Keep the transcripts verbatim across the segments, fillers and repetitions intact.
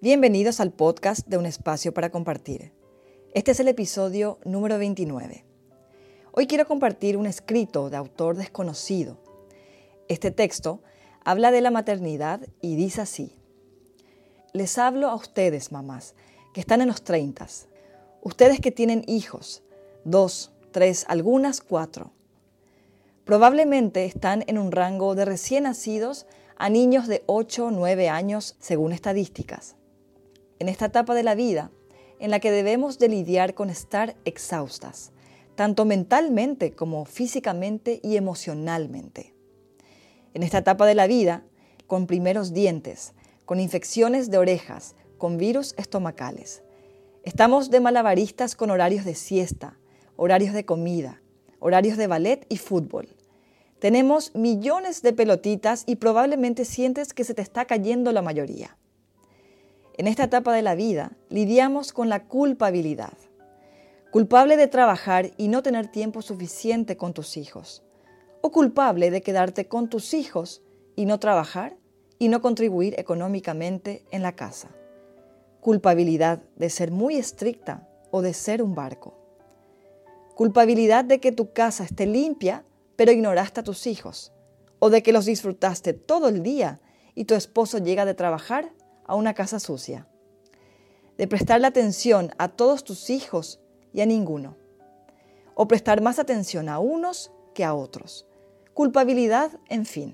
Bienvenidos al podcast de Un Espacio para Compartir. Este es el episodio número veintinueve. Hoy quiero compartir un escrito de autor desconocido. Este texto habla de la maternidad y dice así: Les hablo a ustedes, mamás, que están en los treintas. Ustedes que tienen hijos, dos, tres, algunas cuatro. Probablemente están en un rango de recién nacidos a niños de ocho o nueve años según estadísticas. En esta etapa de la vida, en la que debemos de lidiar con estar exhaustas, tanto mentalmente como físicamente y emocionalmente. En esta etapa de la vida, con primeros dientes, con infecciones de orejas, con virus estomacales. Estamos de malabaristas con horarios de siesta, horarios de comida, horarios de ballet y fútbol. Tenemos millones de pelotitas y probablemente sientes que se te está cayendo la mayoría. En esta etapa de la vida, lidiamos con la culpabilidad. Culpable de trabajar y no tener tiempo suficiente con tus hijos. O culpable de quedarte con tus hijos y no trabajar y no contribuir económicamente en la casa. Culpabilidad de ser muy estricta o de ser un barco. Culpabilidad de que tu casa esté limpia, pero ignoraste a tus hijos. O de que los disfrutaste todo el día y tu esposo llega de trabajar a una casa sucia. De prestarle atención a todos tus hijos y a ninguno. O prestar más atención a unos que a otros. Culpabilidad, en fin.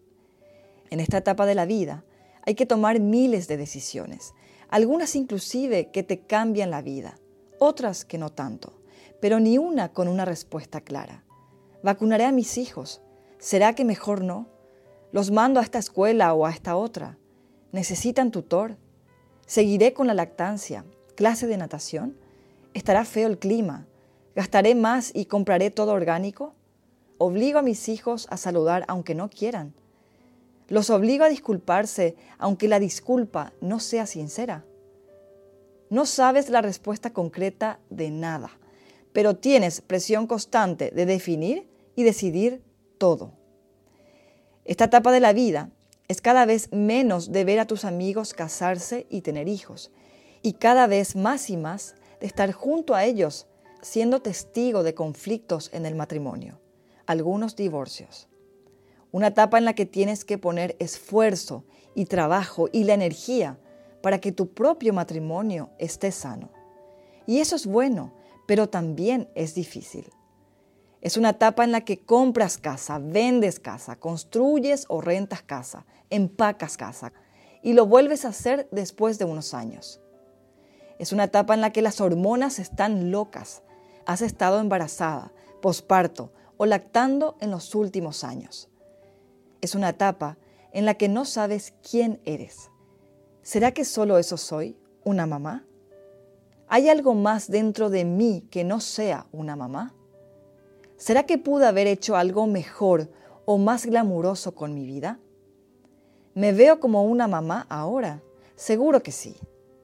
En esta etapa de la vida hay que tomar miles de decisiones, algunas inclusive que te cambian la vida, otras que no tanto, pero ni una con una respuesta clara. ¿Vacunaré a mis hijos? ¿Será que mejor no? ¿Los mando a esta escuela o a esta otra? ¿Necesitan tutor? ¿Seguiré con la lactancia? ¿Clase de natación? ¿Estará feo el clima? ¿Gastaré más y compraré todo orgánico? ¿Obligo a mis hijos a saludar aunque no quieran? ¿Los obligo a disculparse aunque la disculpa no sea sincera? No sabes la respuesta concreta de nada, pero tienes presión constante de definir y decidir todo. Esta etapa de la vida es cada vez menos de ver a tus amigos casarse y tener hijos, y cada vez más y más de estar junto a ellos, siendo testigo de conflictos en el matrimonio, algunos divorcios. Una etapa en la que tienes que poner esfuerzo y trabajo y la energía para que tu propio matrimonio esté sano. Y eso es bueno, pero también es difícil. Es una etapa en la que compras casa, vendes casa, construyes o rentas casa, empacas casa y lo vuelves a hacer después de unos años. Es una etapa en la que las hormonas están locas. Has estado embarazada, posparto o lactando en los últimos años. Es una etapa en la que no sabes quién eres. ¿Será que solo eso soy, una mamá? ¿Hay algo más dentro de mí que no sea una mamá? ¿Será que pude haber hecho algo mejor o más glamuroso con mi vida? ¿Me veo como una mamá ahora? Seguro que sí.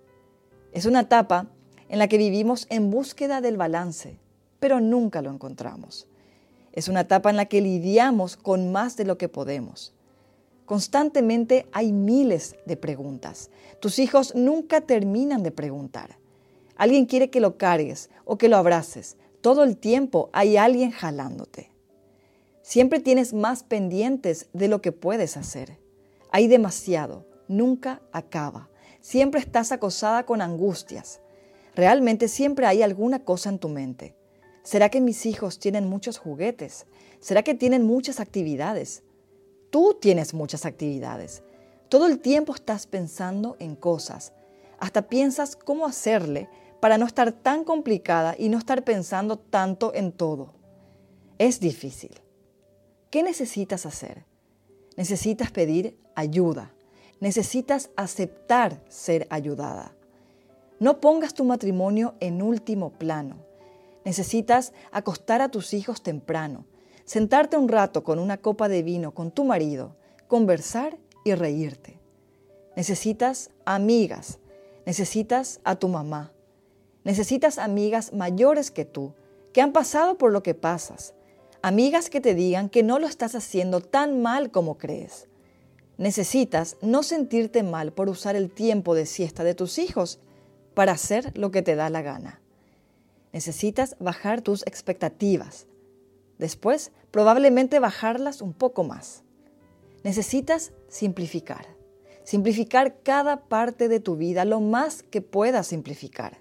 Es una etapa en la que vivimos en búsqueda del balance, pero nunca lo encontramos. Es una etapa en la que lidiamos con más de lo que podemos. Constantemente hay miles de preguntas. Tus hijos nunca terminan de preguntar. Alguien quiere que lo cargues o que lo abraces. Todo el tiempo hay alguien jalándote. Siempre tienes más pendientes de lo que puedes hacer. Hay demasiado, nunca acaba. Siempre estás acosada con angustias. Realmente siempre hay alguna cosa en tu mente. ¿Será que mis hijos tienen muchos juguetes? ¿Será que tienen muchas actividades? Tú tienes muchas actividades. Todo el tiempo estás pensando en cosas. Hasta piensas cómo hacerle para no estar tan complicada y no estar pensando tanto en todo. Es difícil. ¿Qué necesitas hacer? Necesitas pedir ayuda. Necesitas aceptar ser ayudada. No pongas tu matrimonio en último plano. Necesitas acostar a tus hijos temprano, sentarte un rato con una copa de vino con tu marido, conversar y reírte. Necesitas amigas. Necesitas a tu mamá. Necesitas amigas mayores que tú, que han pasado por lo que pasas. Amigas que te digan que no lo estás haciendo tan mal como crees. Necesitas no sentirte mal por usar el tiempo de siesta de tus hijos para hacer lo que te da la gana. Necesitas bajar tus expectativas. Después, probablemente bajarlas un poco más. Necesitas simplificar. Simplificar cada parte de tu vida lo más que puedas simplificar.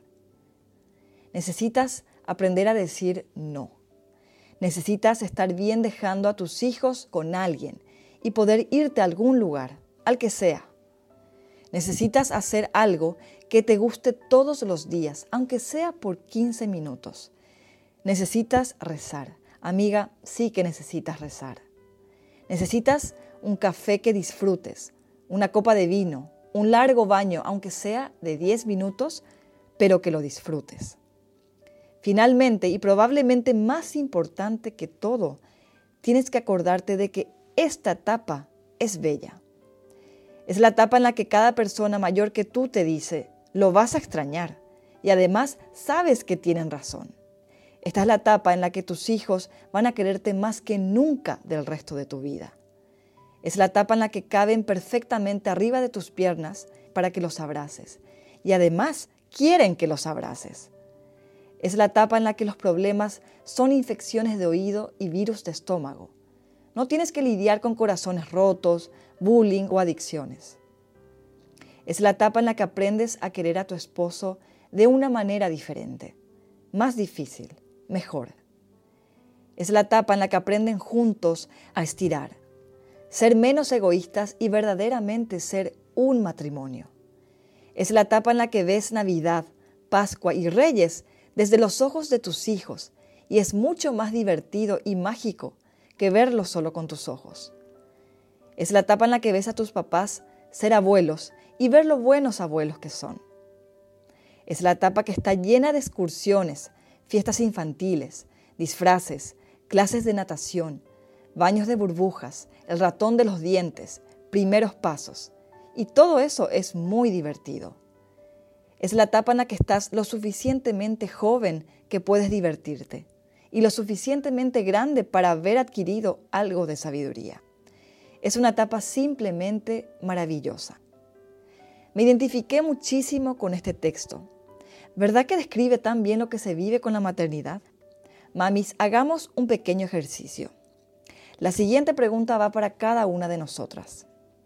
Necesitas aprender a decir no. Necesitas estar bien dejando a tus hijos con alguien y poder irte a algún lugar, al que sea. Necesitas hacer algo que te guste todos los días, aunque sea por quince minutos. Necesitas rezar. Amiga, sí que necesitas rezar. Necesitas un café que disfrutes, una copa de vino, un largo baño, aunque sea de diez minutos, pero que lo disfrutes. Finalmente, y probablemente más importante que todo, tienes que acordarte de que esta etapa es bella. Es la etapa en la que cada persona mayor que tú te dice, lo vas a extrañar, y además sabes que tienen razón. Esta es la etapa en la que tus hijos van a quererte más que nunca del resto de tu vida. Es la etapa en la que caben perfectamente arriba de tus piernas para que los abraces, y además quieren que los abraces. Es la etapa en la que los problemas son infecciones de oído y virus de estómago. No tienes que lidiar con corazones rotos, bullying o adicciones. Es la etapa en la que aprendes a querer a tu esposo de una manera diferente, más difícil, mejor. Es la etapa en la que aprenden juntos a estirar, ser menos egoístas y verdaderamente ser un matrimonio. Es la etapa en la que ves Navidad, Pascua y Reyes desde los ojos de tus hijos y es mucho más divertido y mágico que verlo solo con tus ojos. Es la etapa en la que ves a tus papás ser abuelos y ver lo buenos abuelos que son. Es la etapa que está llena de excursiones, fiestas infantiles, disfraces, clases de natación, baños de burbujas, el ratón de los dientes, primeros pasos. Y todo eso es muy divertido. Es la etapa en la que estás lo suficientemente joven que puedes divertirte y lo suficientemente grande para haber adquirido algo de sabiduría. Es una etapa simplemente maravillosa. Me identifiqué muchísimo con este texto. ¿Verdad que describe tan bien lo que se vive con la maternidad? Mamis, hagamos un pequeño ejercicio. La siguiente pregunta va para cada una de nosotras.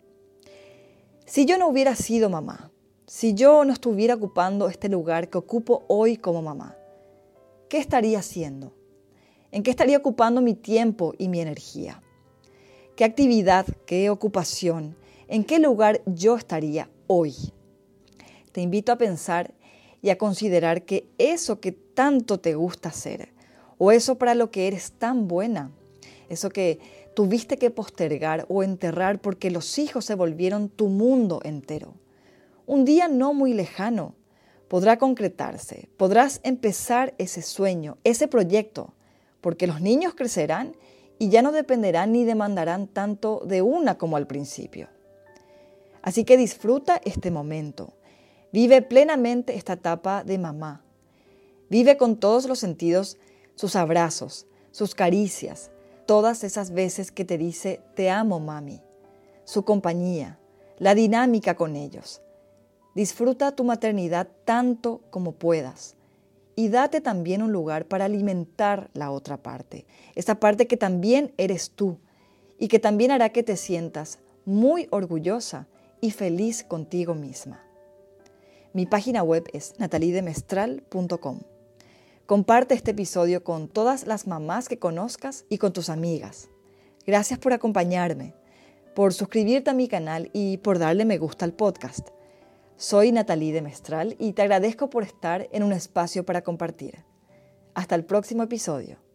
Si yo no hubiera sido mamá, si yo no estuviera ocupando este lugar que ocupo hoy como mamá, ¿qué estaría haciendo? ¿En qué estaría ocupando mi tiempo y mi energía? ¿Qué actividad, qué ocupación, en qué lugar yo estaría hoy? Te invito a pensar y a considerar que eso que tanto te gusta hacer, o eso para lo que eres tan buena, eso que tuviste que postergar o enterrar porque los hijos se volvieron tu mundo entero, un día no muy lejano podrá concretarse, podrás empezar ese sueño, ese proyecto, porque los niños crecerán y ya no dependerán ni demandarán tanto de una como al principio. Así que disfruta este momento, vive plenamente esta etapa de mamá, vive con todos los sentidos sus abrazos, sus caricias, todas esas veces que te dice te amo mami, su compañía, la dinámica con ellos. Disfruta tu maternidad tanto como puedas y date también un lugar para alimentar la otra parte, esa parte que también eres tú y que también hará que te sientas muy orgullosa y feliz contigo misma. Mi página web es natalie de mestral punto com. Comparte este episodio con todas las mamás que conozcas y con tus amigas. Gracias por acompañarme, por suscribirte a mi canal y por darle me gusta al podcast. Soy Natalie de Mestral y te agradezco por estar en un espacio para compartir. Hasta el próximo episodio.